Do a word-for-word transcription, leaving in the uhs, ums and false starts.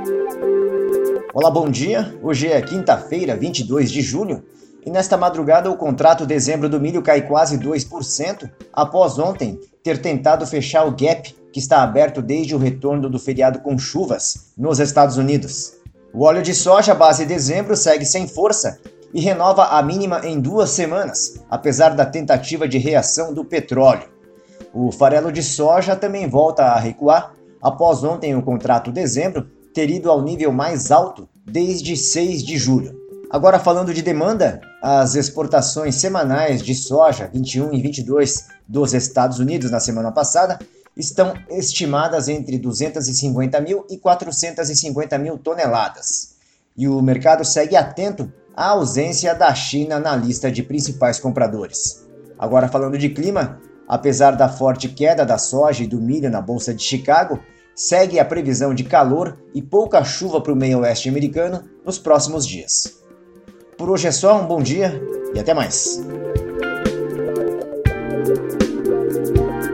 Olá, bom dia. Hoje é quinta-feira, vinte e dois de julho, e nesta madrugada o contrato dezembro do milho cai quase dois por cento, após ontem ter tentado fechar o gap que está aberto desde o retorno do feriado com chuvas nos Estados Unidos. O óleo de soja base dezembro segue sem força e renova a mínima em duas semanas, apesar da tentativa de reação do petróleo. O farelo de soja também volta a recuar, após ontem o contrato dezembro ter ido ao nível mais alto desde seis de julho. Agora, falando de demanda, as exportações semanais de soja vinte e um e vinte e dois dos Estados Unidos na semana passada estão estimadas entre duzentos e cinquenta mil e quatrocentos e cinquenta mil toneladas. E o mercado segue atento à ausência da China na lista de principais compradores. Agora, falando de clima, apesar da forte queda da soja e do milho na Bolsa de Chicago, segue a previsão de calor e pouca chuva para o meio oeste americano nos próximos dias. Por hoje é só, um bom dia e até mais!